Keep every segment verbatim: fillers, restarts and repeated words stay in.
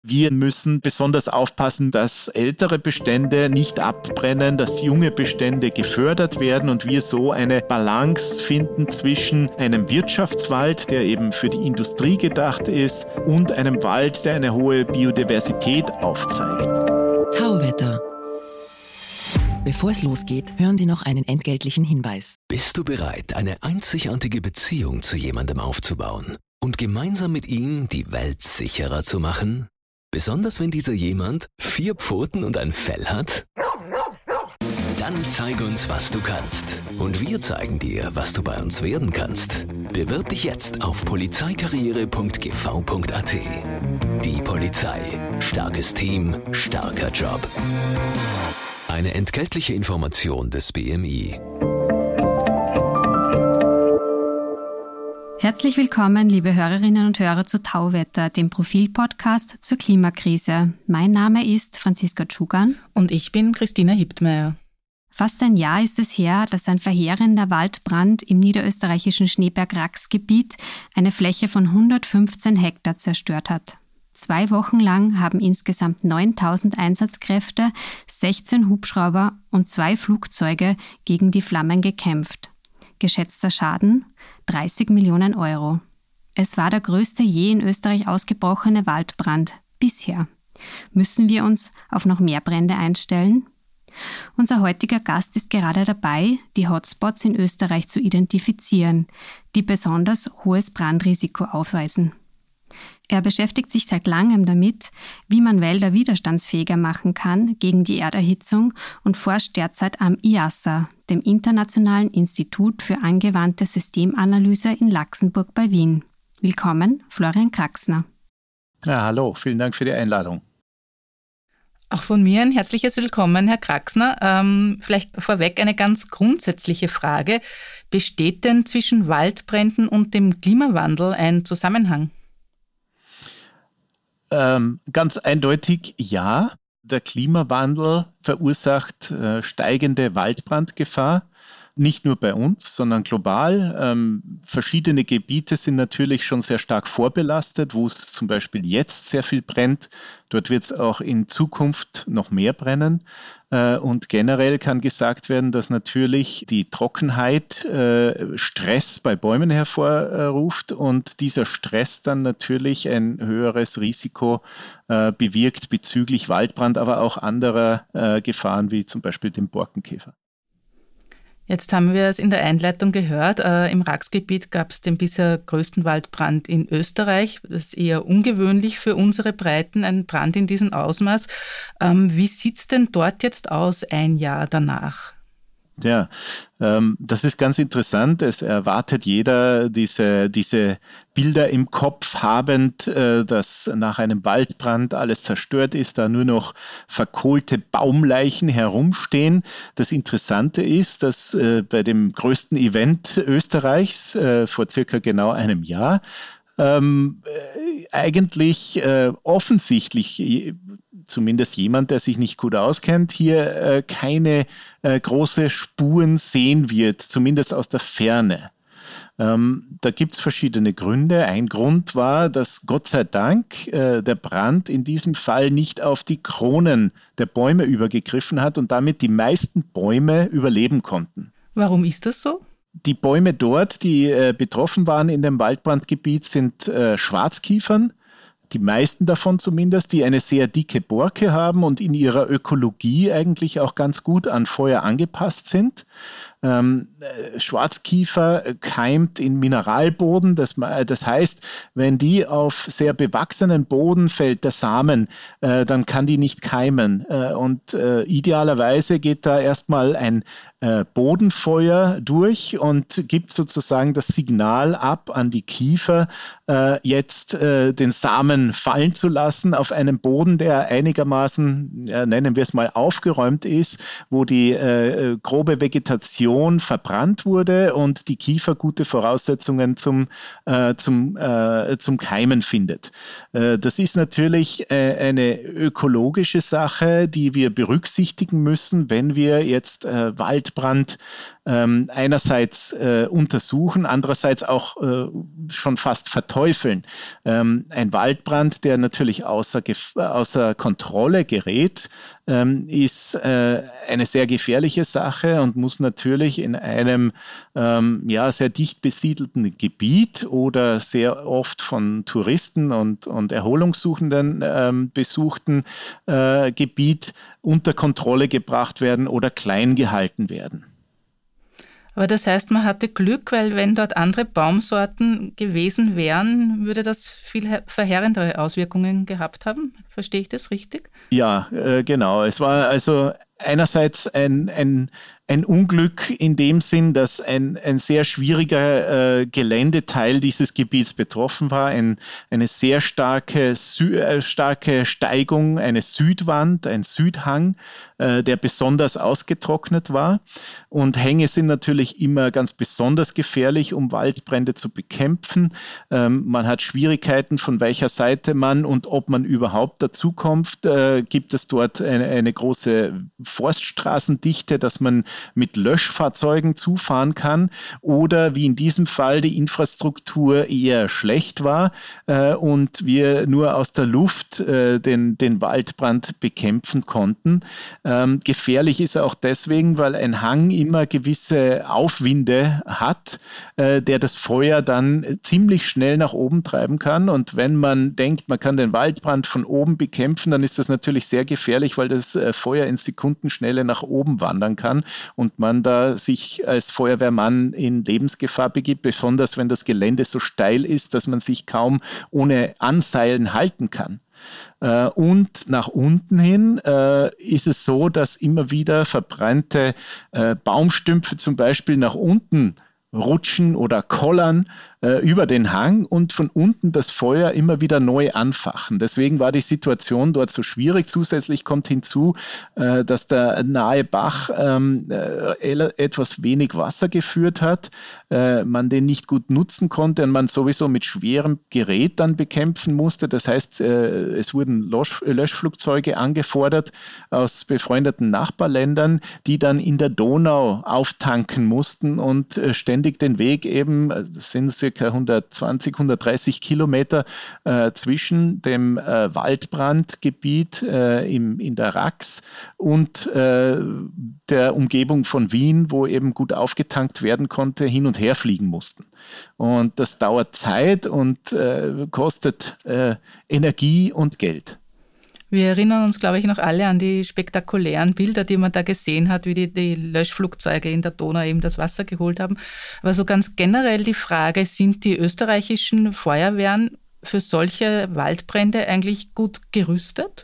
Wir müssen besonders aufpassen, dass ältere Bestände nicht abbrennen, dass junge Bestände gefördert werden und wir so eine Balance finden zwischen einem Wirtschaftswald, der eben für die Industrie gedacht ist, und einem Wald, der eine hohe Biodiversität aufzeigt. Tauwetter. Bevor es losgeht, hören Sie noch einen entgeltlichen Hinweis. Bist du bereit, eine einzigartige Beziehung zu jemandem aufzubauen und gemeinsam mit ihm die Welt sicherer zu machen? Besonders wenn dieser jemand vier Pfoten und ein Fell hat? Dann zeig uns, was du kannst. Und wir zeigen dir, was du bei uns werden kannst. Bewirb dich jetzt auf polizeikarriere punkt g v punkt a t. Die Polizei. Starkes Team, starker Job. Eine entgeltliche Information des B M I. Herzlich willkommen, liebe Hörerinnen und Hörer zu Tauwetter, dem Profil-Podcast zur Klimakrise. Mein Name ist Franziska Tschugan. Und ich bin Christina Hiptmeier. Fast ein Jahr ist es her, dass ein verheerender Waldbrand im niederösterreichischen Schneeberg-Rax-Gebiet eine Fläche von hundertfünfzehn Hektar zerstört hat. Zwei Wochen lang haben insgesamt neuntausend Einsatzkräfte, sechzehn Hubschrauber und zwei Flugzeuge gegen die Flammen gekämpft. Geschätzter Schaden dreißig Millionen Euro. Es war der größte je in Österreich ausgebrochene Waldbrand bisher. Müssen wir uns auf noch mehr Brände einstellen? Unser heutiger Gast ist gerade dabei, die Hotspots in Österreich zu identifizieren, die besonders hohes Brandrisiko aufweisen. Er beschäftigt sich seit langem damit, wie man Wälder widerstandsfähiger machen kann gegen die Erderhitzung und forscht derzeit am I A S A, dem Internationalen Institut für angewandte Systemanalyse in Laxenburg bei Wien. Willkommen, Florian Kraxner. Ja, hallo, vielen Dank für die Einladung. Auch von mir ein herzliches Willkommen, Herr Kraxner. Ähm, vielleicht vorweg eine ganz grundsätzliche Frage. Besteht denn zwischen Waldbränden und dem Klimawandel ein Zusammenhang? Ähm, ganz eindeutig ja. Der Klimawandel verursacht äh, steigende Waldbrandgefahr. Nicht nur bei uns, sondern global. Ähm, verschiedene Gebiete sind natürlich schon sehr stark vorbelastet, wo es zum Beispiel jetzt sehr viel brennt. Dort wird es auch in Zukunft noch mehr brennen. Äh, und generell kann gesagt werden, dass natürlich die Trockenheit äh, Stress bei Bäumen hervorruft und dieser Stress dann natürlich ein höheres Risiko äh, bewirkt bezüglich Waldbrand, aber auch anderer äh, Gefahren wie zum Beispiel dem Borkenkäfer. Jetzt haben wir es in der Einleitung gehört. Äh, Im Raxgebiet gab es den bisher größten Waldbrand in Österreich. Das ist eher ungewöhnlich für unsere Breiten, ein Brand in diesem Ausmaß. Ähm, wie sieht es denn dort jetzt aus, ein Jahr danach? Ja, ähm, das ist ganz interessant. Es erwartet jeder diese, diese Bilder im Kopf habend, äh, dass nach einem Waldbrand alles zerstört ist, da nur noch verkohlte Baumleichen herumstehen. Das Interessante ist, dass äh, bei dem größten Event Österreichs äh, vor circa genau einem Jahr ähm, äh, eigentlich äh, offensichtlich zumindest jemand, der sich nicht gut auskennt, hier äh, keine äh, große Spuren sehen wird, zumindest aus der Ferne. Ähm, da gibt es verschiedene Gründe. Ein Grund war, dass Gott sei Dank äh, der Brand in diesem Fall nicht auf die Kronen der Bäume übergegriffen hat und damit die meisten Bäume überleben konnten. Warum ist das so? Die Bäume dort, die äh, betroffen waren in dem Waldbrandgebiet, sind äh, Schwarzkiefern. Die meisten davon zumindest, die eine sehr dicke Borke haben und in ihrer Ökologie eigentlich auch ganz gut an Feuer angepasst sind. Ähm, Schwarzkiefer keimt in Mineralboden, das, das heißt, wenn die auf sehr bewachsenen Boden fällt, der Samen, äh, dann kann die nicht keimen. Äh, und äh, idealerweise geht da erstmal ein äh, Bodenfeuer durch und gibt sozusagen das Signal ab an die Kiefer, äh, jetzt äh, den Samen fallen zu lassen auf einem Boden, der einigermaßen, ja, nennen wir es mal, aufgeräumt ist, wo die äh, grobe Vegetation Region verbrannt wurde und die Kiefer gute Voraussetzungen zum, äh, zum, äh, zum Keimen findet. Äh, das ist natürlich äh, eine ökologische Sache, die wir berücksichtigen müssen, wenn wir jetzt äh, Waldbrand ähm, einerseits äh, untersuchen, andererseits auch äh, schon fast verteufeln. Ähm, ein Waldbrand, der natürlich außer, außer Kontrolle gerät, ähm, ist äh, eine sehr gefährliche Sache und muss natürlich in einem ähm, ja, sehr dicht besiedelten Gebiet oder sehr oft von Touristen und, und Erholungssuchenden ähm, besuchten äh, Gebiet unter Kontrolle gebracht werden oder klein gehalten werden. Aber das heißt, man hatte Glück, weil wenn dort andere Baumsorten gewesen wären, würde das viel verheerendere Auswirkungen gehabt haben. Verstehe ich das richtig? Ja, äh, genau. Es war also einerseits ein, ein, ein Unglück in dem Sinn, dass ein, ein sehr schwieriger äh, Geländeteil dieses Gebiets betroffen war. Ein, eine sehr starke, Sü- äh, starke Steigung, eine Südwand, ein Südhang, äh, der besonders ausgetrocknet war. Und Hänge sind natürlich immer ganz besonders gefährlich, um Waldbrände zu bekämpfen. Ähm, man hat Schwierigkeiten, von welcher Seite man und ob man überhaupt dazukommt. Äh, gibt es dort eine, eine große Forststraßendichte, dass man mit Löschfahrzeugen zufahren kann oder wie in diesem Fall die Infrastruktur eher schlecht war äh, und wir nur aus der Luft äh, den, den Waldbrand bekämpfen konnten. Ähm, gefährlich ist er auch deswegen, weil ein Hang immer gewisse Aufwinde hat, äh, der das Feuer dann ziemlich schnell nach oben treiben kann. Und wenn man denkt, man kann den Waldbrand von oben bekämpfen, dann ist das natürlich sehr gefährlich, weil das äh, Feuer in Sekundenschnelle nach oben wandern kann und man da sich als Feuerwehrmann in Lebensgefahr begibt, besonders wenn das Gelände so steil ist, dass man sich kaum ohne Anseilen halten kann. Äh, und nach unten hin äh, ist es so, dass immer wieder verbrannte äh, Baumstümpfe zum Beispiel nach unten rutschen oder kollern äh, über den Hang und von unten das Feuer immer wieder neu anfachen. Deswegen war die Situation dort so schwierig. Zusätzlich kommt hinzu, äh, dass der nahe Bach ähm, äh, etwas wenig Wasser geführt hat, äh, man den nicht gut nutzen konnte und man sowieso mit schwerem Gerät dann bekämpfen musste. Das heißt, äh, es wurden Lösch- Löschflugzeuge angefordert aus befreundeten Nachbarländern, die dann in der Donau auftanken mussten und äh, ständig den Weg eben, das sind circa hundertzwanzig, hundertdreißig Kilometer äh, zwischen dem äh, Waldbrandgebiet äh, im, in der Rax und äh, der Umgebung von Wien, wo eben gut aufgetankt werden konnte, hin und her fliegen mussten. Und das dauert Zeit und äh, kostet äh, Energie und Geld. Wir erinnern uns, glaube ich, noch alle an die spektakulären Bilder, die man da gesehen hat, wie die, die Löschflugzeuge in der Donau eben das Wasser geholt haben. Aber so ganz generell die Frage, sind die österreichischen Feuerwehren für solche Waldbrände eigentlich gut gerüstet?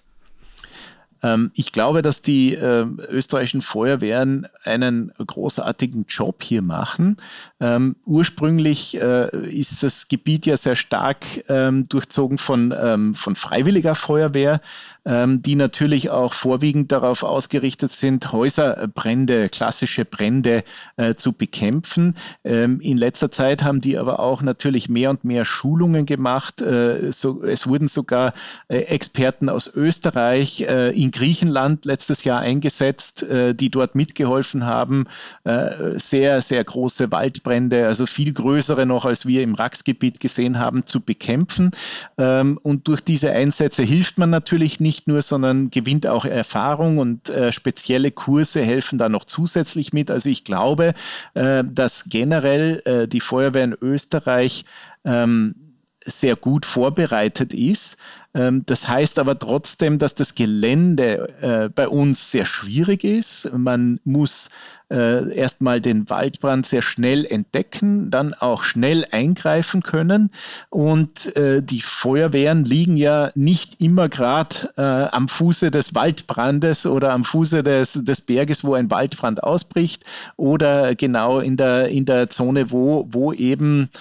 Ich glaube, dass die äh, österreichischen Feuerwehren einen großartigen Job hier machen. Ähm, ursprünglich äh, ist das Gebiet ja sehr stark ähm, durchzogen von, ähm, von freiwilliger Feuerwehr, ähm, die natürlich auch vorwiegend darauf ausgerichtet sind, Häuserbrände, klassische Brände äh, zu bekämpfen. Ähm, in letzter Zeit haben die aber auch natürlich mehr und mehr Schulungen gemacht. Äh, so, es wurden sogar äh, Experten aus Österreich äh, in Griechenland letztes Jahr eingesetzt, äh, die dort mitgeholfen haben, äh, sehr, sehr große Waldbrände, also viel größere noch, als wir im Rax-Gebiet gesehen haben, zu bekämpfen. Ähm, und durch diese Einsätze hilft man natürlich nicht nur, sondern gewinnt auch Erfahrung und äh, spezielle Kurse helfen da noch zusätzlich mit. Also ich glaube, äh, dass generell äh, die Feuerwehr in Österreich ähm, sehr gut vorbereitet ist. Das heißt aber trotzdem, dass das Gelände äh, bei uns sehr schwierig ist. Man muss äh, erstmal den Waldbrand sehr schnell entdecken, dann auch schnell eingreifen können. Und äh, die Feuerwehren liegen ja nicht immer gerade äh, am Fuße des Waldbrandes oder am Fuße des, des Berges, wo ein Waldbrand ausbricht oder genau in der, in der Zone, wo, wo eben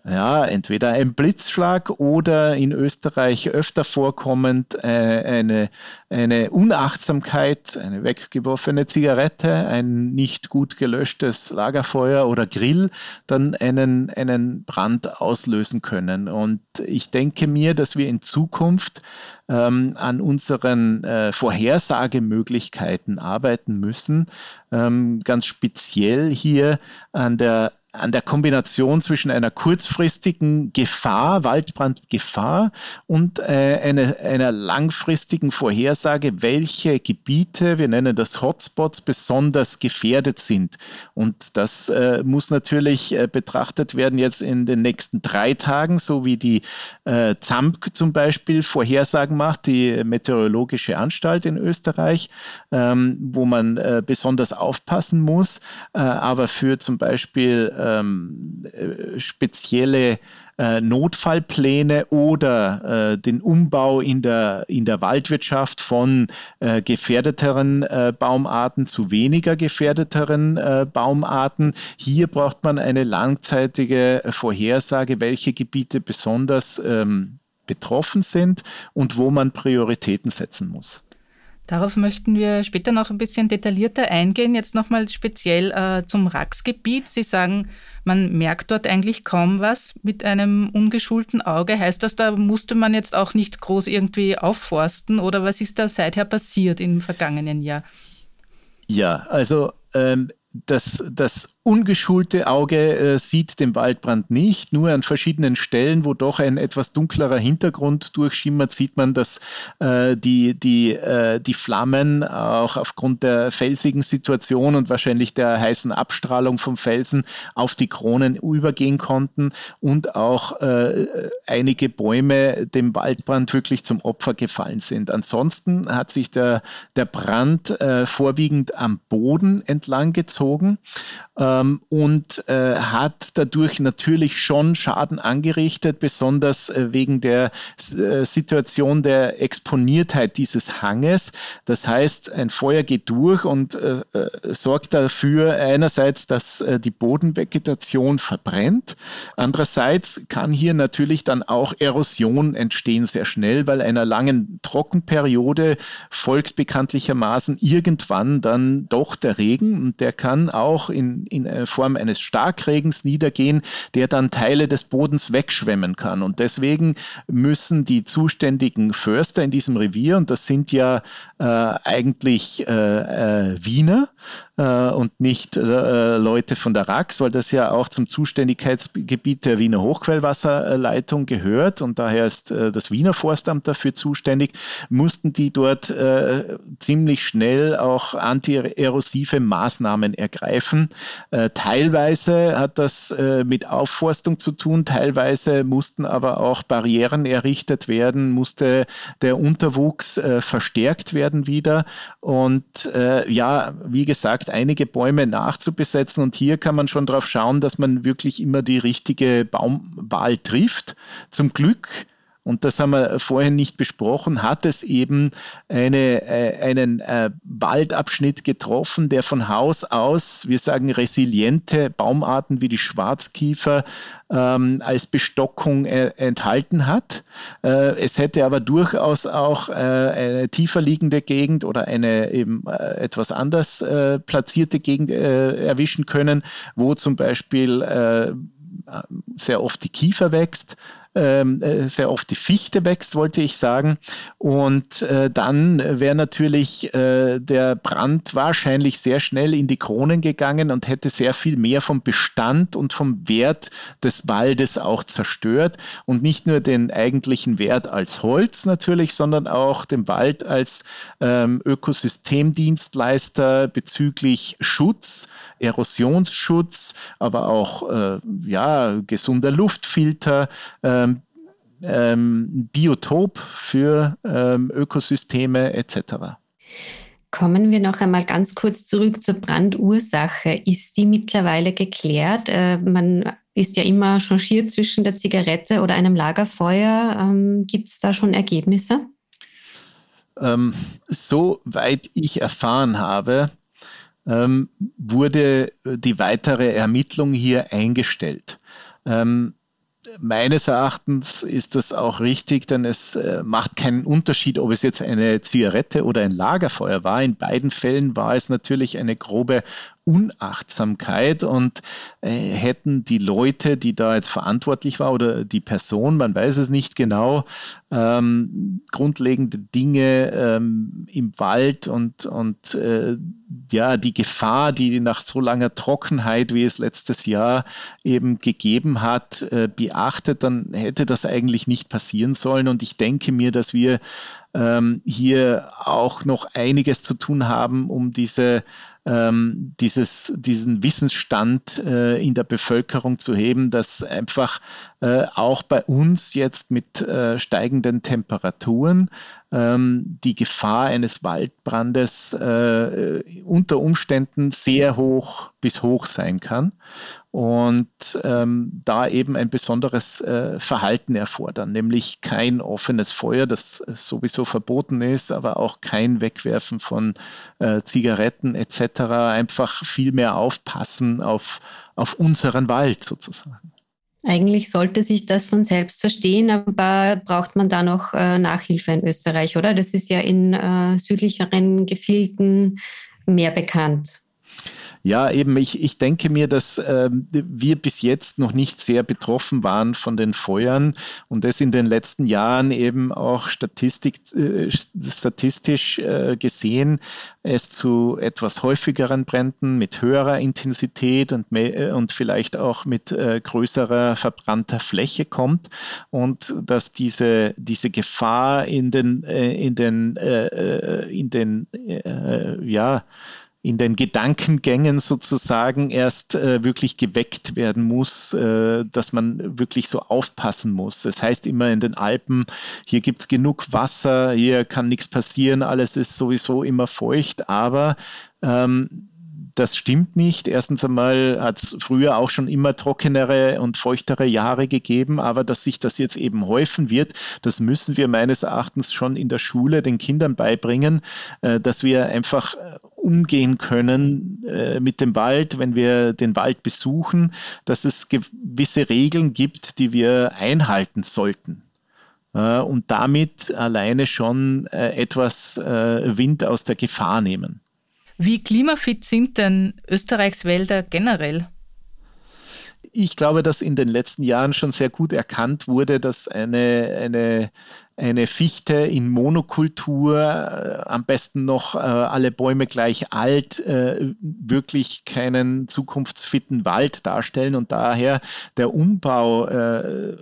ja, entweder ein Blitzschlag oder in Österreich öfter vorkommend äh, eine, eine Unachtsamkeit, eine weggeworfene Zigarette, ein nicht gut gelöschtes Lagerfeuer oder Grill, dann einen, einen Brand auslösen können. Und ich denke mir, dass wir in Zukunft ähm, an unseren äh, Vorhersagemöglichkeiten arbeiten müssen, ähm, ganz speziell hier an der an der Kombination zwischen einer kurzfristigen Gefahr, Waldbrandgefahr und äh, eine, einer langfristigen Vorhersage, welche Gebiete, wir nennen das Hotspots, besonders gefährdet sind. Und das äh, muss natürlich äh, betrachtet werden jetzt in den nächsten drei Tagen, so wie die äh, Z A M K zum Beispiel Vorhersagen macht, die Meteorologische Anstalt in Österreich, ähm, wo man äh, besonders aufpassen muss. Äh, aber für zum Beispiel Ähm, äh, spezielle äh, Notfallpläne oder äh, den Umbau in der, in der Waldwirtschaft von äh, gefährdeteren äh, Baumarten zu weniger gefährdeteren äh, Baumarten. Hier braucht man eine langzeitige Vorhersage, welche Gebiete besonders ähm, betroffen sind und wo man Prioritäten setzen muss. Darauf möchten wir später noch ein bisschen detaillierter eingehen. Jetzt nochmal speziell äh, zum Rax-Gebiet. Sie sagen, man merkt dort eigentlich kaum was mit einem ungeschulten Auge. Heißt das, da musste man jetzt auch nicht groß irgendwie aufforsten oder was ist da seither passiert im vergangenen Jahr? Ja, also ähm, das, das ungeschulte Auge äh, sieht den Waldbrand nicht, nur an verschiedenen Stellen, wo doch ein etwas dunklerer Hintergrund durchschimmert, sieht man, dass äh, die, die, äh, die Flammen auch aufgrund der felsigen Situation und wahrscheinlich der heißen Abstrahlung vom Felsen auf die Kronen übergehen konnten und auch äh, einige Bäume dem Waldbrand wirklich zum Opfer gefallen sind. Ansonsten hat sich der, der Brand äh, vorwiegend am Boden entlang gezogen und äh, hat dadurch natürlich schon Schaden angerichtet, besonders äh, wegen der äh, Situation der Exponiertheit dieses Hanges. Das heißt, ein Feuer geht durch und äh, sorgt dafür einerseits, dass äh, die Bodenvegetation verbrennt. Andererseits kann hier natürlich dann auch Erosion entstehen sehr schnell, weil einer langen Trockenperiode folgt bekanntlichermaßen irgendwann dann doch der Regen und der kann auch in in Form eines Starkregens niedergehen, der dann Teile des Bodens wegschwemmen kann. Und deswegen müssen die zuständigen Förster in diesem Revier, und das sind ja äh, eigentlich äh, äh, Wiener äh, und nicht äh, Leute von der Rax, weil das ja auch zum Zuständigkeitsgebiet der Wiener Hochquellwasserleitung gehört und daher ist äh, das Wiener Forstamt dafür zuständig, mussten die dort äh, ziemlich schnell auch antierosive Maßnahmen ergreifen. Äh, teilweise hat das äh, mit Aufforstung zu tun, teilweise mussten aber auch Barrieren errichtet werden, musste der Unterwuchs äh, verstärkt werden wieder und äh, ja, wie gesagt, einige Bäume nachzubesetzen und hier kann man schon darauf schauen, dass man wirklich immer die richtige Baumwahl trifft. Zum Glück, und das haben wir vorhin nicht besprochen, hat es eben eine, äh, einen äh, Waldabschnitt getroffen, der von Haus aus, wir sagen, resiliente Baumarten wie die Schwarzkiefer ähm, als Bestockung äh, enthalten hat. Äh, es hätte aber durchaus auch äh, eine tiefer liegende Gegend oder eine eben äh, etwas anders äh, platzierte Gegend äh, erwischen können, wo zum Beispiel äh, sehr oft die Kiefer wächst, sehr oft die Fichte wächst, wollte ich sagen. Und äh, dann wäre natürlich äh, der Brand wahrscheinlich sehr schnell in die Kronen gegangen und hätte sehr viel mehr vom Bestand und vom Wert des Waldes auch zerstört. Und nicht nur den eigentlichen Wert als Holz natürlich, sondern auch den Wald als ähm, Ökosystemdienstleister bezüglich Schutz, Erosionsschutz, aber auch äh, ja, gesunder Luftfilter, ähm, ähm, Biotop für ähm, Ökosysteme et cetera. Kommen wir noch einmal ganz kurz zurück zur Brandursache. Ist die mittlerweile geklärt? Äh, man ist ja immer changiert zwischen der Zigarette oder einem Lagerfeuer. Ähm, gibt es da schon Ergebnisse? Ähm, soweit ich erfahren habe, ähm, wurde die weitere Ermittlung hier eingestellt. Ähm, Meines Erachtens ist das auch richtig, denn es äh, macht keinen Unterschied, ob es jetzt eine Zigarette oder ein Lagerfeuer war. In beiden Fällen war es natürlich eine grobe Unachtsamkeit und äh, hätten die Leute, die da jetzt verantwortlich war oder die Person, man weiß es nicht genau, ähm, grundlegende Dinge ähm, im Wald und, und äh, ja, die Gefahr, die nach so langer Trockenheit, wie es letztes Jahr eben gegeben hat, äh, beachtet, dann hätte das eigentlich nicht passieren sollen. Und ich denke mir, dass wir ähm, hier auch noch einiges zu tun haben, um diese Ähm, dieses, diesen Wissensstand äh, in der Bevölkerung zu heben, dass einfach äh, auch bei uns jetzt mit äh, steigenden Temperaturen ähm, die Gefahr eines Waldbrandes äh, unter Umständen sehr hoch bis hoch sein kann und ähm, da eben ein besonderes äh, Verhalten erfordern, nämlich kein offenes Feuer, das sowieso verboten ist, aber auch kein Wegwerfen von äh, Zigaretten et cetera. Einfach viel mehr aufpassen auf, auf unseren Wald sozusagen. Eigentlich sollte sich das von selbst verstehen, aber braucht man da noch äh, Nachhilfe in Österreich, oder? Das ist ja in äh, südlicheren Gefilden mehr bekannt. Ja, eben, ich, ich denke mir, dass äh, wir bis jetzt noch nicht sehr betroffen waren von den Feuern und das in den letzten Jahren eben auch Statistik, äh, statistisch äh, gesehen es zu etwas häufigeren Bränden mit höherer Intensität und, mehr, und vielleicht auch mit äh, größerer verbrannter Fläche kommt und dass diese, diese Gefahr in den, äh, in den, äh, in den äh, ja, in den Gedankengängen sozusagen erst äh, wirklich geweckt werden muss, äh, dass man wirklich so aufpassen muss. Das heißt immer in den Alpen, hier gibt es genug Wasser, hier kann nichts passieren, alles ist sowieso immer feucht, aber ähm, das stimmt nicht. Erstens einmal hat es früher auch schon immer trockenere und feuchtere Jahre gegeben, aber dass sich das jetzt eben häufen wird, das müssen wir meines Erachtens schon in der Schule den Kindern beibringen, äh, dass wir einfach umgehen können äh, mit dem Wald, wenn wir den Wald besuchen, dass es gewisse Regeln gibt, die wir einhalten sollten. Äh, und damit alleine schon äh, etwas äh, Wind aus der Gefahr nehmen. Wie klimafit sind denn Österreichs Wälder generell? Ich glaube, dass in den letzten Jahren schon sehr gut erkannt wurde, dass eine, eine, eine Fichte in Monokultur, äh, am besten noch äh, alle Bäume gleich alt, äh, wirklich keinen zukunftsfitten Wald darstellen und daher der Umbau äh,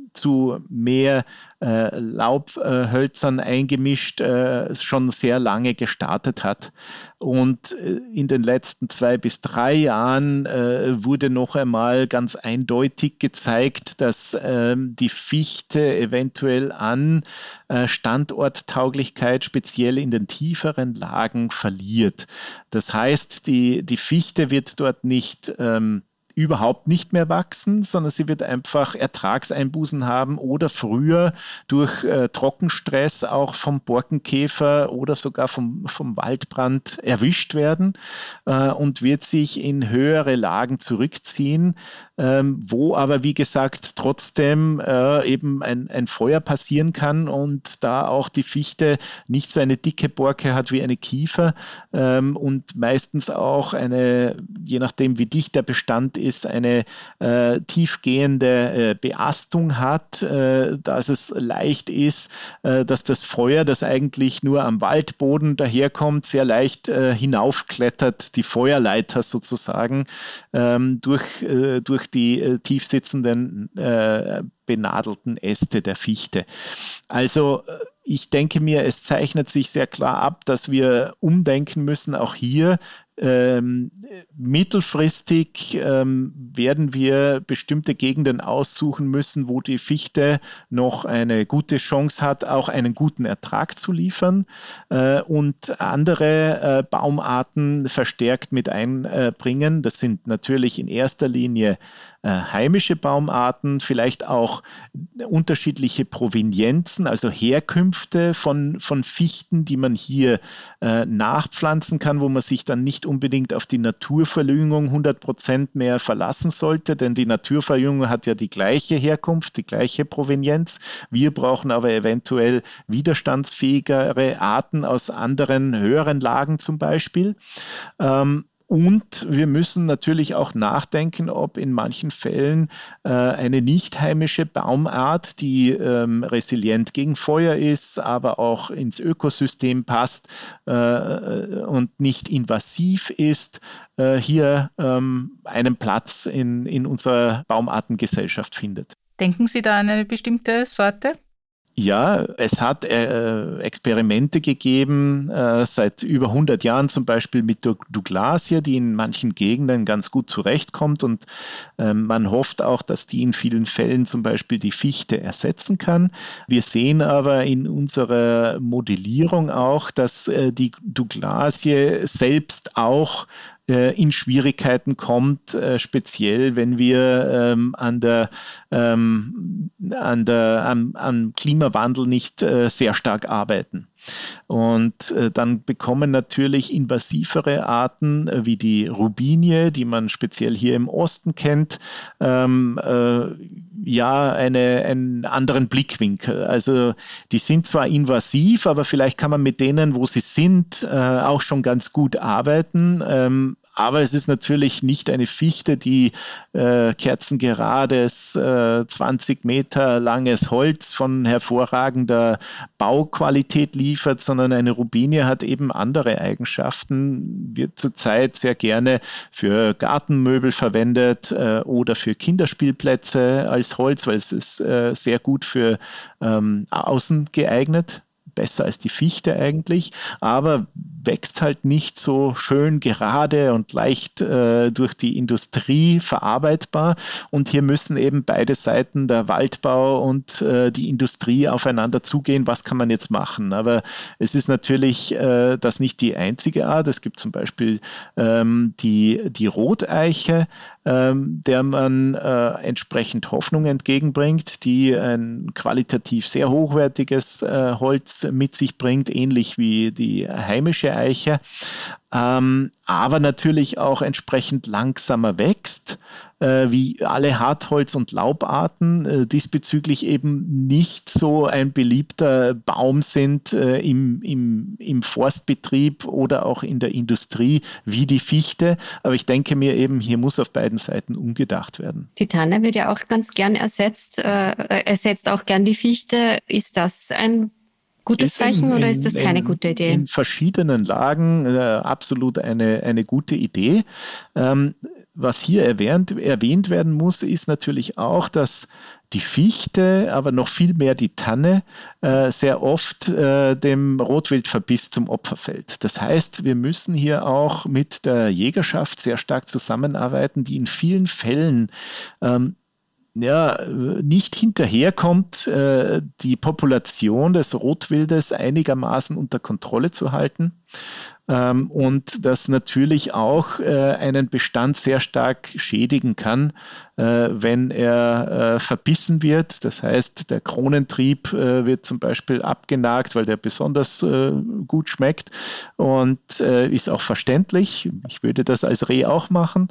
zu mehr äh, Laubhölzern eingemischt äh, schon sehr lange gestartet hat. Und äh, in den letzten zwei bis drei Jahren äh, wurde noch einmal ganz eindeutig gezeigt, dass äh, die Fichte eventuell an äh, Standorttauglichkeit speziell in den tieferen Lagen verliert. Das heißt, die, die Fichte wird dort nicht ähm, überhaupt nicht mehr wachsen, sondern sie wird einfach Ertragseinbußen haben oder früher durch äh, Trockenstress auch vom Borkenkäfer oder sogar vom, vom Waldbrand erwischt werden äh, und wird sich in höhere Lagen zurückziehen, ähm, wo aber, wie gesagt, trotzdem äh, eben ein, ein Feuer passieren kann und da auch die Fichte nicht so eine dicke Borke hat wie eine Kiefer ähm, und meistens auch eine, je nachdem wie dicht der Bestand ist, ist, eine äh, tiefgehende äh, Beastung hat, äh, dass es leicht ist, äh, dass das Feuer, das eigentlich nur am Waldboden daherkommt, sehr leicht äh, hinaufklettert, die Feuerleiter sozusagen, ähm, durch, äh, durch die äh, tief sitzenden äh, benadelten Äste der Fichte. Also ich denke mir, es zeichnet sich sehr klar ab, dass wir umdenken müssen, auch hier. Ähm, mittelfristig ähm, werden wir bestimmte Gegenden aussuchen müssen, wo die Fichte noch eine gute Chance hat, auch einen guten Ertrag zu liefern äh, und andere äh, Baumarten verstärkt mit einbringen. Das sind natürlich in erster Linie äh, heimische Baumarten, vielleicht auch unterschiedliche Provenienzen, also Herkünfte von, von Fichten, die man hier äh, nachpflanzen kann, wo man sich dann nicht unbedingt auf die Naturverjüngung hundert Prozent mehr verlassen sollte, denn die Naturverjüngung hat ja die gleiche Herkunft, die gleiche Provenienz. Wir brauchen aber eventuell widerstandsfähigere Arten aus anderen höheren Lagen zum Beispiel. Ähm, Und wir müssen natürlich auch nachdenken, ob in manchen Fällen äh, eine nicht heimische Baumart, die ähm, resilient gegen Feuer ist, aber auch ins Ökosystem passt äh, und nicht invasiv ist, äh, hier ähm, einen Platz in, in unserer Baumartengesellschaft findet. Denken Sie da an eine bestimmte Sorte? Ja, es hat äh, Experimente gegeben, äh, seit über hundert Jahren zum Beispiel mit Douglasie, die in manchen Gegenden ganz gut zurechtkommt und äh, man hofft auch, dass die in vielen Fällen zum Beispiel die Fichte ersetzen kann. Wir sehen aber in unserer Modellierung auch, dass äh, die Douglasie selbst auch in Schwierigkeiten kommt, äh, speziell wenn wir ähm, an der, ähm, an der, am, am Klimawandel nicht äh, sehr stark arbeiten. Und äh, dann bekommen natürlich invasivere Arten äh, wie die Robinie, die man speziell hier im Osten kennt, ähm, äh, ja eine, einen anderen Blickwinkel. Also die sind zwar invasiv, aber vielleicht kann man mit denen, wo sie sind, äh, auch schon ganz gut arbeiten. Ähm, Aber es ist natürlich nicht eine Fichte, die äh, kerzengerades, äh, zwanzig Meter langes Holz von hervorragender Bauqualität liefert, sondern eine Robinie hat eben andere Eigenschaften, wird zurzeit sehr gerne für Gartenmöbel verwendet äh, oder für Kinderspielplätze als Holz, weil es ist äh, sehr gut für ähm, außen geeignet. Besser als die Fichte eigentlich, aber wächst halt nicht so schön gerade und leicht äh, durch die Industrie verarbeitbar. Und hier müssen eben beide Seiten, der Waldbau und äh, die Industrie, aufeinander zugehen. Was kann man jetzt machen? Aber es ist natürlich äh, das nicht die einzige Art. Es gibt zum Beispiel ähm, die, die Roteiche, ähm, der man äh, entsprechend Hoffnung entgegenbringt, die ein qualitativ sehr hochwertiges äh, Holz mit sich bringt, ähnlich wie die heimische Eiche, ähm, aber natürlich auch entsprechend langsamer wächst, äh, wie alle Hartholz- und Laubarten, äh, diesbezüglich eben nicht so ein beliebter Baum sind äh, im, im, im Forstbetrieb oder auch in der Industrie wie die Fichte. Aber ich denke mir eben, hier muss auf beiden Seiten umgedacht werden. Die Tanne wird ja auch ganz gern ersetzt, äh, ersetzt auch gern die Fichte. Ist das ein gutes Zeichen in, oder ist das keine in, gute Idee? In verschiedenen Lagen äh, absolut eine, eine gute Idee. Ähm, was hier erwähnt, erwähnt werden muss, ist natürlich auch, dass die Fichte, aber noch viel mehr die Tanne, äh, sehr oft äh, dem Rotwildverbiss zum Opfer fällt. Das heißt, wir müssen hier auch mit der Jägerschaft sehr stark zusammenarbeiten, die in vielen Fällen ähm, ja, nicht hinterherkommt, äh, die Population des Rotwildes einigermaßen unter Kontrolle zu halten. Ähm, und das natürlich auch äh, einen Bestand sehr stark schädigen kann, äh, wenn er äh, verbissen wird. Das heißt, der Kronentrieb äh, wird zum Beispiel abgenagt, weil der besonders äh, gut schmeckt und äh, ist auch verständlich. Ich würde das als Reh auch machen.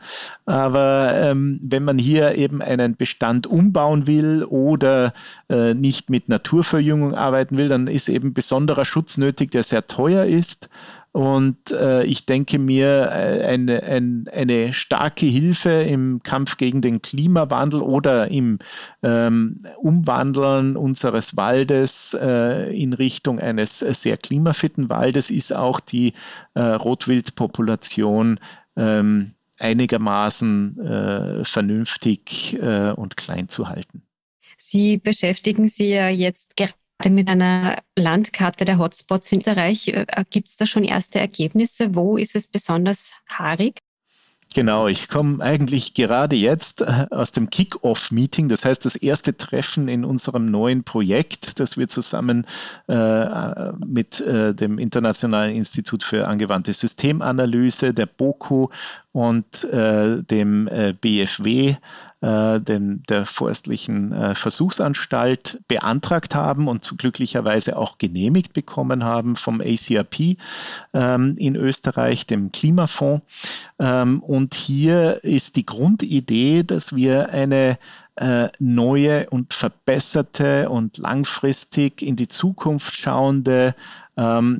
Aber ähm, wenn man hier eben einen Bestand umbauen will oder äh, nicht mit Naturverjüngung arbeiten will, dann ist eben besonderer Schutz nötig, der sehr teuer ist. Und äh, ich denke mir, eine, eine, eine starke Hilfe im Kampf gegen den Klimawandel oder im ähm, Umwandeln unseres Waldes äh, in Richtung eines sehr klimafitten Waldes ist auch die äh, Rotwildpopulation ähm, einigermaßen äh, vernünftig äh, und klein zu halten. Sie beschäftigen sich ja jetzt gerade mit einer Landkarte der Hotspots in Österreich. Gibt es da schon erste Ergebnisse? Wo ist es besonders haarig? Genau, ich komme eigentlich gerade jetzt aus dem Kick-Off-Meeting, das heißt das erste Treffen in unserem neuen Projekt, das wir zusammen äh, mit äh, dem Internationalen Institut für angewandte Systemanalyse, der B O K U und äh, dem äh, B F W, äh, dem, der Forstlichen äh, Versuchsanstalt, beantragt haben und zu glücklicherweise auch genehmigt bekommen haben vom A C R P ähm, in Österreich, dem Klimafonds. Ähm, und hier ist die Grundidee, dass wir eine äh, neue und verbesserte und langfristig in die Zukunft schauende Ähm,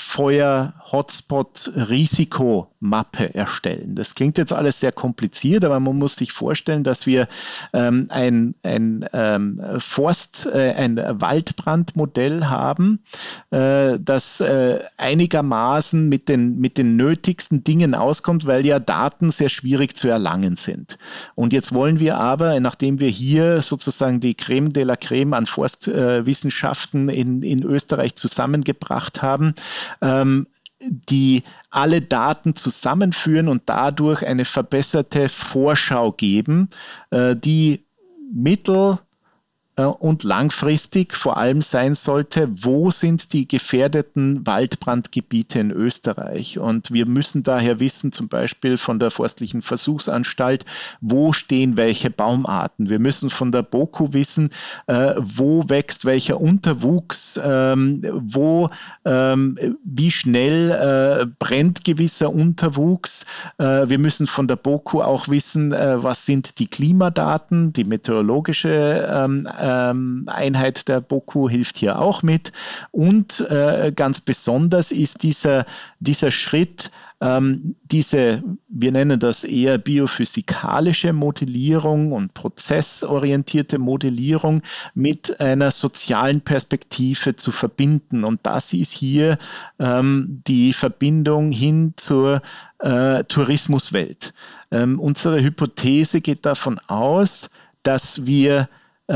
Feuer-Hotspot-Risikomappe erstellen. Das klingt jetzt alles sehr kompliziert, aber man muss sich vorstellen, dass wir ähm, ein, ein ähm, Forst-, äh, ein Waldbrandmodell haben, äh, das äh, einigermaßen mit den, mit den nötigsten Dingen auskommt, weil ja Daten sehr schwierig zu erlangen sind. Und jetzt wollen wir aber, nachdem wir hier sozusagen die Creme de la Creme an Forstwissenschaften äh, in, in Österreich zusammengebracht haben, ähm, die alle Daten zusammenführen und dadurch eine verbesserte Vorschau geben, äh, die mittel- und langfristig vor allem sein sollte, wo sind die gefährdeten Waldbrandgebiete in Österreich? Und wir müssen daher wissen, zum Beispiel von der Forstlichen Versuchsanstalt, wo stehen welche Baumarten? Wir müssen von der BOKU wissen, äh, wo wächst welcher Unterwuchs, ähm, wo, ähm, wie schnell äh, brennt gewisser Unterwuchs. Äh, wir müssen von der BOKU auch wissen, äh, was sind die Klimadaten, die meteorologische ähm, Einheit der BOKU hilft hier auch mit. Und äh, ganz besonders ist dieser, dieser Schritt, ähm, diese, wir nennen das eher biophysikalische Modellierung und prozessorientierte Modellierung mit einer sozialen Perspektive zu verbinden. Und das ist hier ähm, die Verbindung hin zur äh, Tourismuswelt. Ähm, unsere Hypothese geht davon aus, dass wir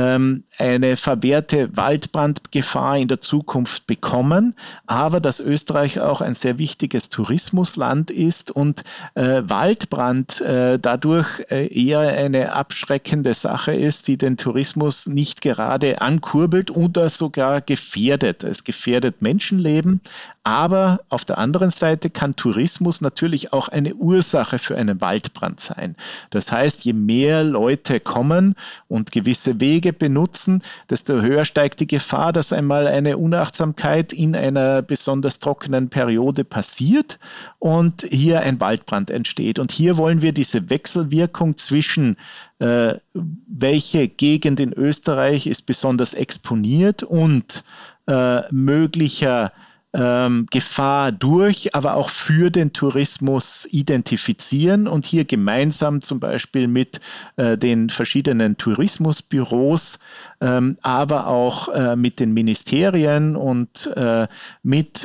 eine vermehrte Waldbrandgefahr in der Zukunft bekommen, aber dass Österreich auch ein sehr wichtiges Tourismusland ist und äh, Waldbrand äh, dadurch äh, eher eine abschreckende Sache ist, die den Tourismus nicht gerade ankurbelt oder sogar gefährdet. Es gefährdet Menschenleben, aber auf der anderen Seite kann Tourismus natürlich auch eine Ursache für einen Waldbrand sein. Das heißt, je mehr Leute kommen und gewisse Wege benutzen, desto höher steigt die Gefahr, dass einmal eine Unachtsamkeit in einer besonders trockenen Periode passiert und hier ein Waldbrand entsteht. Und hier wollen wir diese Wechselwirkung zwischen äh, welche Gegend in Österreich ist besonders exponiert und äh, möglicher Ähm, Gefahr durch, aber auch für den Tourismus identifizieren und hier gemeinsam zum Beispiel mit äh, den verschiedenen Tourismusbüros, ähm, aber auch äh, mit den Ministerien und äh, mit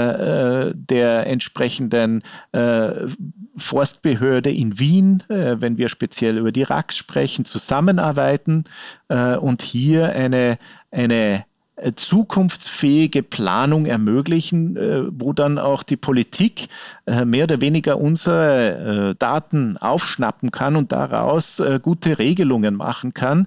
äh, der entsprechenden äh, Forstbehörde in Wien, äh, wenn wir speziell über die R A Ks sprechen, zusammenarbeiten äh, und hier eine, eine zukunftsfähige Planung ermöglichen, wo dann auch die Politik mehr oder weniger unsere Daten aufschnappen kann und daraus gute Regelungen machen kann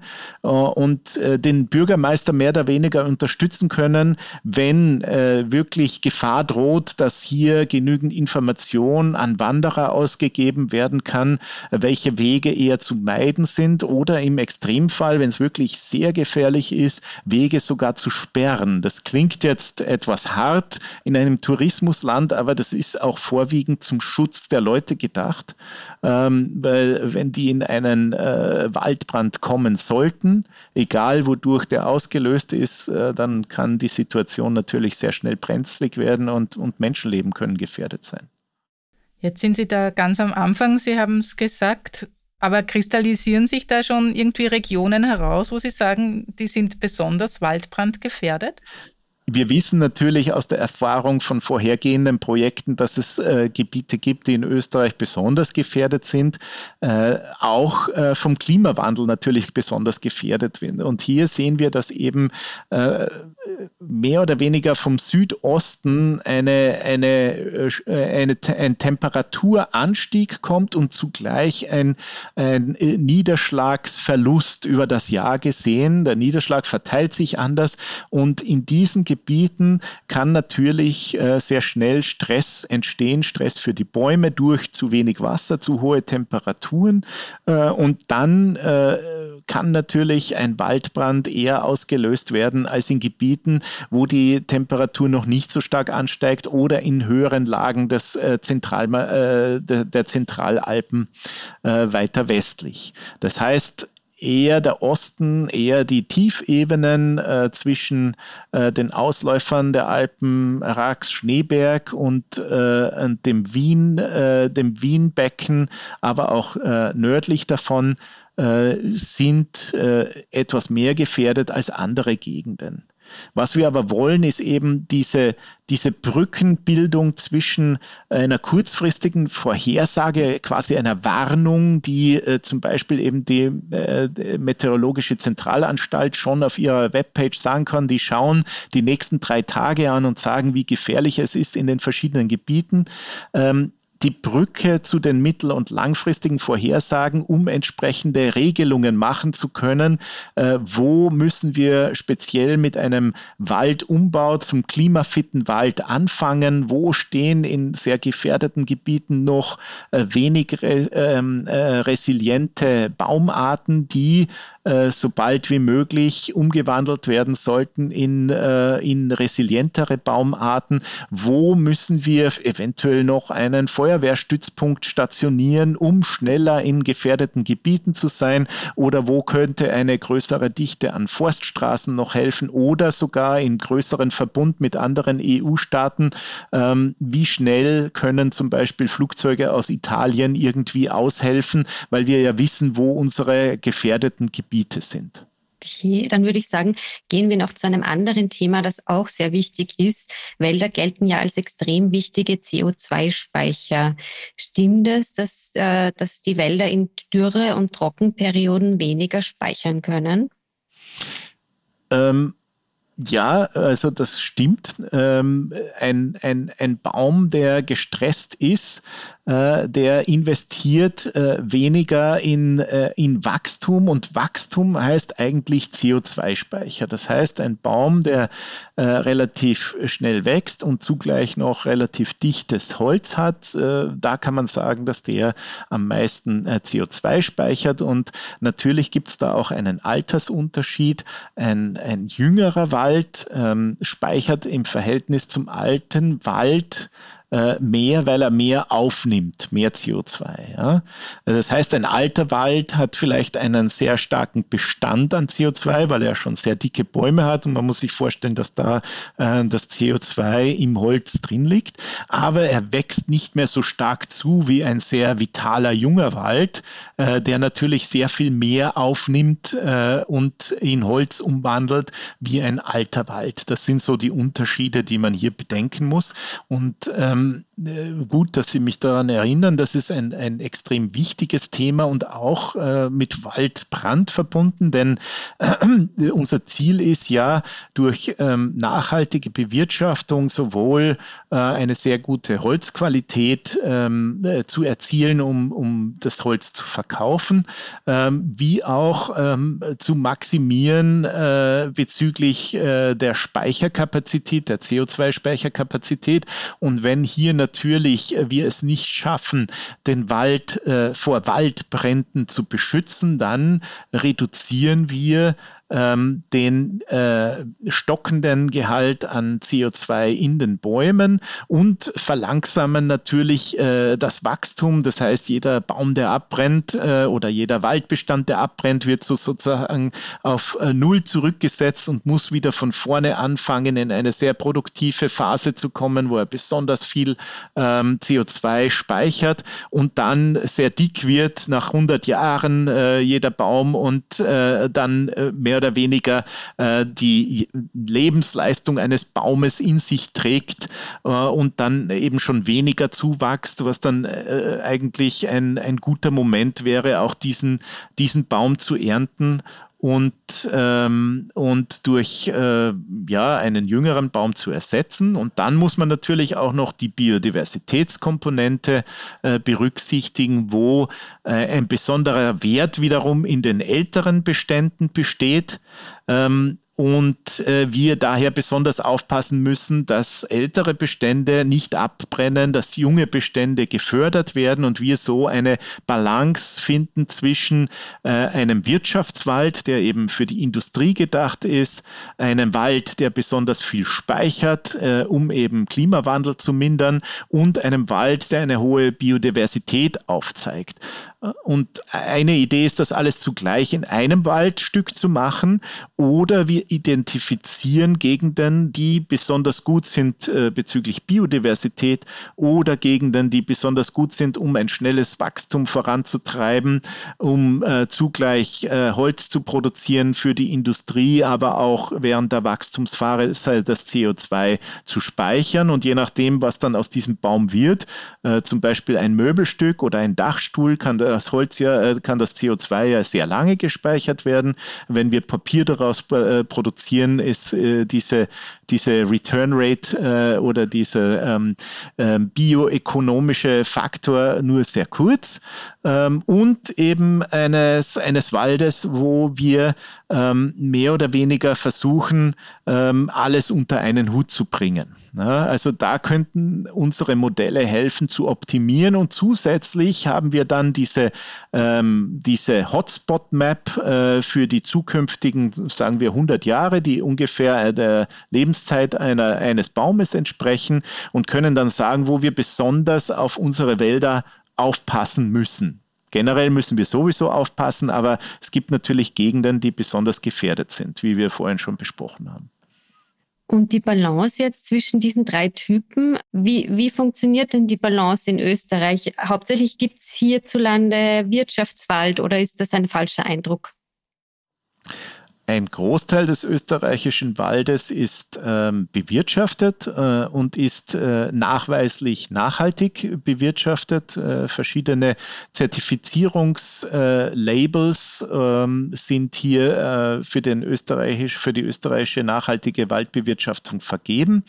und den Bürgermeister mehr oder weniger unterstützen können, wenn wirklich Gefahr droht, dass hier genügend Information an Wanderer ausgegeben werden kann, welche Wege eher zu meiden sind oder im Extremfall, wenn es wirklich sehr gefährlich ist, Wege sogar zu sperren. Das klingt jetzt etwas hart in einem Tourismusland, aber das ist auch vorwiegend zum Schutz der Leute gedacht, ähm, weil wenn die in einen äh, Waldbrand kommen sollten, egal wodurch der ausgelöst ist, äh, dann kann die Situation natürlich sehr schnell brenzlig werden und, und Menschenleben können gefährdet sein. Jetzt sind Sie da ganz am Anfang, Sie haben es gesagt, aber kristallisieren sich da schon irgendwie Regionen heraus, wo Sie sagen, die sind besonders waldbrandgefährdet? Wir wissen natürlich aus der Erfahrung von vorhergehenden Projekten, dass es äh, Gebiete gibt, die in Österreich besonders gefährdet sind, äh, auch äh, vom Klimawandel natürlich besonders gefährdet sind. Und hier sehen wir, dass eben äh, mehr oder weniger vom Südosten eine, eine, eine, ein Temperaturanstieg kommt und zugleich ein, ein Niederschlagsverlust über das Jahr gesehen. Der Niederschlag verteilt sich anders und in diesen Gebieten Gebieten kann natürlich äh, sehr schnell Stress entstehen, Stress für die Bäume durch zu wenig Wasser, zu hohe Temperaturen. Äh, und dann äh, kann natürlich ein Waldbrand eher ausgelöst werden als in Gebieten, wo die Temperatur noch nicht so stark ansteigt oder in höheren Lagen des, äh, Zentral, äh, der, der Zentralalpen äh, weiter westlich. Das heißt, eher der Osten, eher die Tiefebenen äh, zwischen äh, den Ausläufern der Alpen, Rax, Schneeberg und, äh, und dem Wien, äh, dem Wienbecken, aber auch äh, nördlich davon äh, sind äh, etwas mehr gefährdet als andere Gegenden. Was wir aber wollen, ist eben diese, diese Brückenbildung zwischen einer kurzfristigen Vorhersage, quasi einer Warnung, die äh, zum Beispiel eben die, äh, die Meteorologische Zentralanstalt schon auf ihrer Webpage sagen kann, die schauen die nächsten drei Tage an und sagen, wie gefährlich es ist in den verschiedenen Gebieten. Ähm, die Brücke zu den mittel- und langfristigen Vorhersagen, um entsprechende Regelungen machen zu können. Äh, wo müssen wir speziell mit einem Waldumbau zum klimafitten Wald anfangen? Wo stehen in sehr gefährdeten Gebieten noch äh, wenig re- äh, äh, resiliente Baumarten, die äh, sobald wie möglich umgewandelt werden sollten in, äh, in resilientere Baumarten? Wo müssen wir eventuell noch einen Feuerwehrstützpunkt stationieren, um schneller in gefährdeten Gebieten zu sein? Oder wo könnte eine größere Dichte an Forststraßen noch helfen? Oder sogar in größeren Verbund mit anderen E U-Staaten, ähm, wie schnell können zum Beispiel Flugzeuge aus Italien irgendwie aushelfen, weil wir ja wissen, wo unsere gefährdeten Gebiete sind. Okay, dann würde ich sagen, gehen wir noch zu einem anderen Thema, das auch sehr wichtig ist. Wälder gelten ja als extrem wichtige C O zwei Speicher. Stimmt es, dass, äh, dass die Wälder in Dürre- und Trockenperioden weniger speichern können? Ähm, ja, also das stimmt. Ähm, ein, ein, ein Baum, der gestresst ist, äh, der investiert äh, weniger in, äh, in Wachstum, und Wachstum heißt eigentlich C O zwei Speicher. Das heißt, ein Baum, der äh, relativ schnell wächst und zugleich noch relativ dichtes Holz hat, äh, da kann man sagen, dass der am meisten äh, C O zwei speichert, und natürlich gibt es da auch einen Altersunterschied. Ein, ein jüngerer Wald ähm, speichert im Verhältnis zum alten Wald mehr, weil er mehr aufnimmt, mehr C O zwei. Ja. Das heißt, ein alter Wald hat vielleicht einen sehr starken Bestand an C O zwei, weil er schon sehr dicke Bäume hat, und man muss sich vorstellen, dass da äh, das C O zwei im Holz drin liegt, aber er wächst nicht mehr so stark zu wie ein sehr vitaler junger Wald, äh, der natürlich sehr viel mehr aufnimmt äh, und in Holz umwandelt wie ein alter Wald. Das sind so die Unterschiede, die man hier bedenken muss, und ähm, gut, dass Sie mich daran erinnern. Das ist ein, ein extrem wichtiges Thema und auch äh, mit Waldbrand verbunden, denn äh, unser Ziel ist ja, durch ähm, nachhaltige Bewirtschaftung sowohl äh, eine sehr gute Holzqualität ähm, äh, zu erzielen, um, um das Holz zu verkaufen, ähm, wie auch ähm, zu maximieren äh, bezüglich äh, der Speicherkapazität, der C O zwei Speicherkapazität. Und wenn hier natürlich wir es nicht schaffen, den Wald äh, vor Waldbränden zu beschützen, dann reduzieren wir ähm, den äh, stockenden Gehalt an C O zwei in den Bäumen und verlangsamen natürlich äh, das Wachstum. Das heißt, jeder Baum, der abbrennt äh, oder jeder Waldbestand, der abbrennt, wird so sozusagen auf äh, Null zurückgesetzt und muss wieder von vorne anfangen, in eine sehr produktive Phase zu kommen, wo er besonders viel ähm, C O zwei speichert und dann sehr dick wird nach hundert Jahren äh, jeder Baum und äh, dann äh, mehr oder weniger äh, die Lebensleistung eines Baumes in sich trägt äh, und dann eben schon weniger zuwächst, was dann äh, eigentlich ein, ein guter Moment wäre, auch diesen, diesen Baum zu ernten und, ähm, und durch äh, ja, einen jüngeren Baum zu ersetzen. Und dann muss man natürlich auch noch die Biodiversitätskomponente äh, berücksichtigen, wo äh, ein besonderer Wert wiederum in den älteren Beständen besteht. Ähm, und äh, wir daher besonders aufpassen müssen, dass ältere Bestände nicht abbrennen, dass junge Bestände gefördert werden und wir so eine Balance finden zwischen äh, einem Wirtschaftswald, der eben für die Industrie gedacht ist, einem Wald, der besonders viel speichert, äh, um eben Klimawandel zu mindern, und einem Wald, der eine hohe Biodiversität aufzeigt. Und eine Idee ist, das alles zugleich in einem Waldstück zu machen, oder wir identifizieren Gegenden, die besonders gut sind äh, bezüglich Biodiversität oder Gegenden, die besonders gut sind, um ein schnelles Wachstum voranzutreiben, um äh, zugleich äh, Holz zu produzieren für die Industrie, aber auch während der Wachstumsphase das C O zwei zu speichern. Und je nachdem, was dann aus diesem Baum wird, äh, zum Beispiel ein Möbelstück oder ein Dachstuhl, kann das Holz ja, kann das C O zwei ja sehr lange gespeichert werden. Wenn wir Papier daraus äh, produzieren, ist äh, diese, diese Return Rate äh, oder dieser ähm, äh, bioökonomische Faktor nur sehr kurz. Ähm, und eben eines, eines Waldes, wo wir ähm, mehr oder weniger versuchen, ähm, alles unter einen Hut zu bringen. Ja, also da könnten unsere Modelle helfen zu optimieren, und zusätzlich haben wir dann diese, ähm, diese Hotspot-Map äh, für die zukünftigen, sagen wir, hundert Jahre, die ungefähr der Lebenszeit einer, eines Baumes entsprechen, und können dann sagen, wo wir besonders auf unsere Wälder aufpassen müssen. Generell müssen wir sowieso aufpassen, aber es gibt natürlich Gegenden, die besonders gefährdet sind, wie wir vorhin schon besprochen haben. Und die Balance jetzt zwischen diesen drei Typen, wie, wie funktioniert denn die Balance in Österreich? Hauptsächlich gibt es hierzulande Wirtschaftswald, oder ist das ein falscher Eindruck? Ein Großteil des österreichischen Waldes ist ähm, bewirtschaftet äh, und ist äh, nachweislich nachhaltig bewirtschaftet. Äh, verschiedene Zertifizierungslabels äh, sind hier äh, für, den österreichisch, für die österreichische nachhaltige Waldbewirtschaftung vergeben.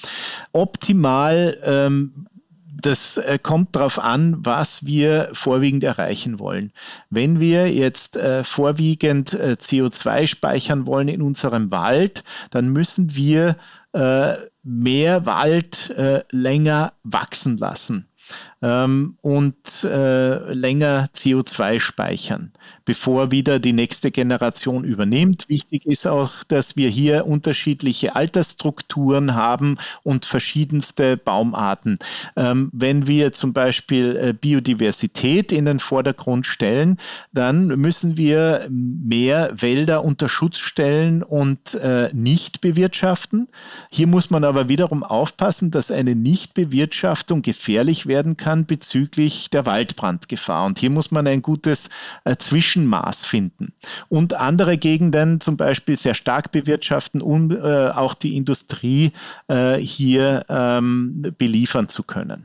Optimal ähm, Das äh, kommt darauf an, was wir vorwiegend erreichen wollen. Wenn wir jetzt äh, vorwiegend äh, C O zwei speichern wollen in unserem Wald, dann müssen wir äh, mehr Wald äh, länger wachsen lassen ähm, und äh, länger C O zwei speichern, bevor wieder die nächste Generation übernimmt. Wichtig ist auch, dass wir hier unterschiedliche Altersstrukturen haben und verschiedenste Baumarten. Ähm, wenn wir zum Beispiel äh, Biodiversität in den Vordergrund stellen, dann müssen wir mehr Wälder unter Schutz stellen und äh, nicht bewirtschaften. Hier muss man aber wiederum aufpassen, dass eine Nichtbewirtschaftung gefährlich werden kann bezüglich der Waldbrandgefahr. Und hier muss man ein gutes äh, Zwischenmaß finden. Und andere Gegenden zum Beispiel sehr stark bewirtschaften, um äh, auch die Industrie äh, hier ähm, beliefern zu können.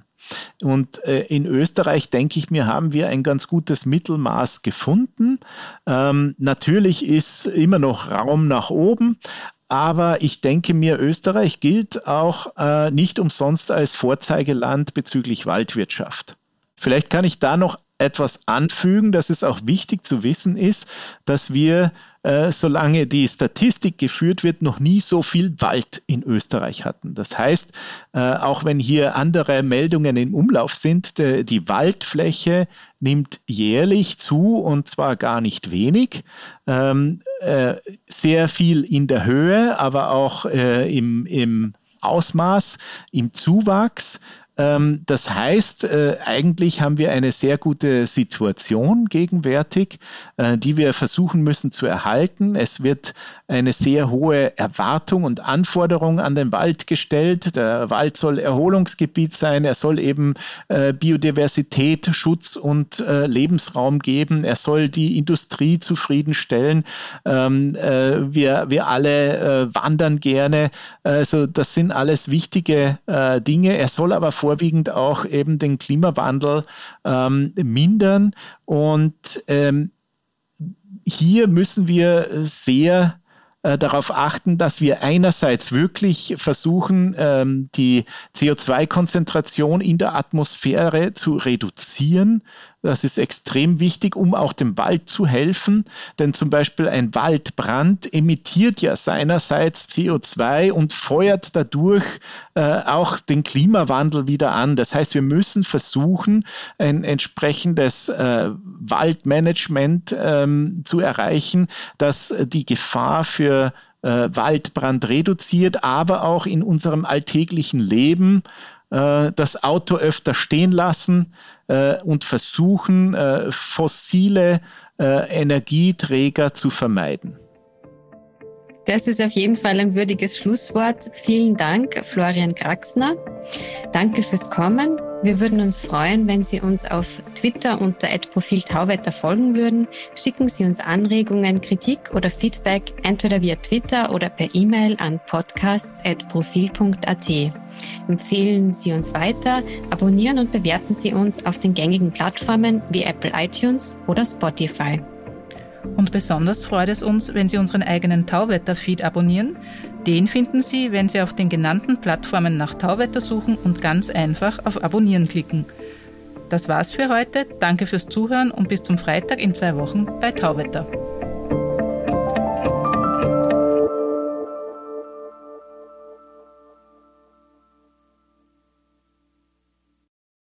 Und äh, in Österreich, denke ich mir, haben wir ein ganz gutes Mittelmaß gefunden. Ähm, natürlich ist immer noch Raum nach oben, aber ich denke mir, Österreich gilt auch äh, nicht umsonst als Vorzeigeland bezüglich Waldwirtschaft. Vielleicht kann ich da noch etwas anfügen, dass es auch wichtig zu wissen ist, dass wir, äh, solange die Statistik geführt wird, noch nie so viel Wald in Österreich hatten. Das heißt, äh, auch wenn hier andere Meldungen im Umlauf sind, de, die Waldfläche nimmt jährlich zu, und zwar gar nicht wenig. Ähm, äh, sehr viel in der Höhe, aber auch äh, im, im Ausmaß, im Zuwachs. Das heißt, eigentlich haben wir eine sehr gute Situation gegenwärtig, die wir versuchen müssen zu erhalten. Es wird eine sehr hohe Erwartung und Anforderung an den Wald gestellt. Der Wald soll Erholungsgebiet sein, er soll eben Biodiversität, Schutz und Lebensraum geben, er soll die Industrie zufriedenstellen. Wir, wir alle wandern gerne, also das sind alles wichtige Dinge. Er soll aber vorwiegend auch eben den Klimawandel ähm, mindern. Und ähm, hier müssen wir sehr äh, darauf achten, dass wir einerseits wirklich versuchen, ähm, die C O zwei Konzentration in der Atmosphäre zu reduzieren, Das ist extrem wichtig, um auch dem Wald zu helfen, denn zum Beispiel ein Waldbrand emittiert ja seinerseits C O zwei und feuert dadurch äh, auch den Klimawandel wieder an. Das heißt, wir müssen versuchen, ein entsprechendes äh, Waldmanagement ähm, zu erreichen, das die Gefahr für äh, Waldbrand reduziert, aber auch in unserem alltäglichen Leben das Auto öfter stehen lassen äh, und versuchen, äh, fossile äh, Energieträger zu vermeiden. Das ist auf jeden Fall ein würdiges Schlusswort. Vielen Dank, Florian Kraxner. Danke fürs Kommen. Wir würden uns freuen, wenn Sie uns auf Twitter unter at profil tauwetter folgen würden. Schicken Sie uns Anregungen, Kritik oder Feedback entweder via Twitter oder per E-Mail an podcasts at profil punkt at. Empfehlen Sie uns weiter, abonnieren und bewerten Sie uns auf den gängigen Plattformen wie Apple iTunes oder Spotify. Und besonders freut es uns, wenn Sie unseren eigenen Tauwetter-Feed abonnieren. Den finden Sie, wenn Sie auf den genannten Plattformen nach Tauwetter suchen und ganz einfach auf Abonnieren klicken. Das war's für heute. Danke fürs Zuhören und bis zum Freitag in zwei Wochen bei Tauwetter.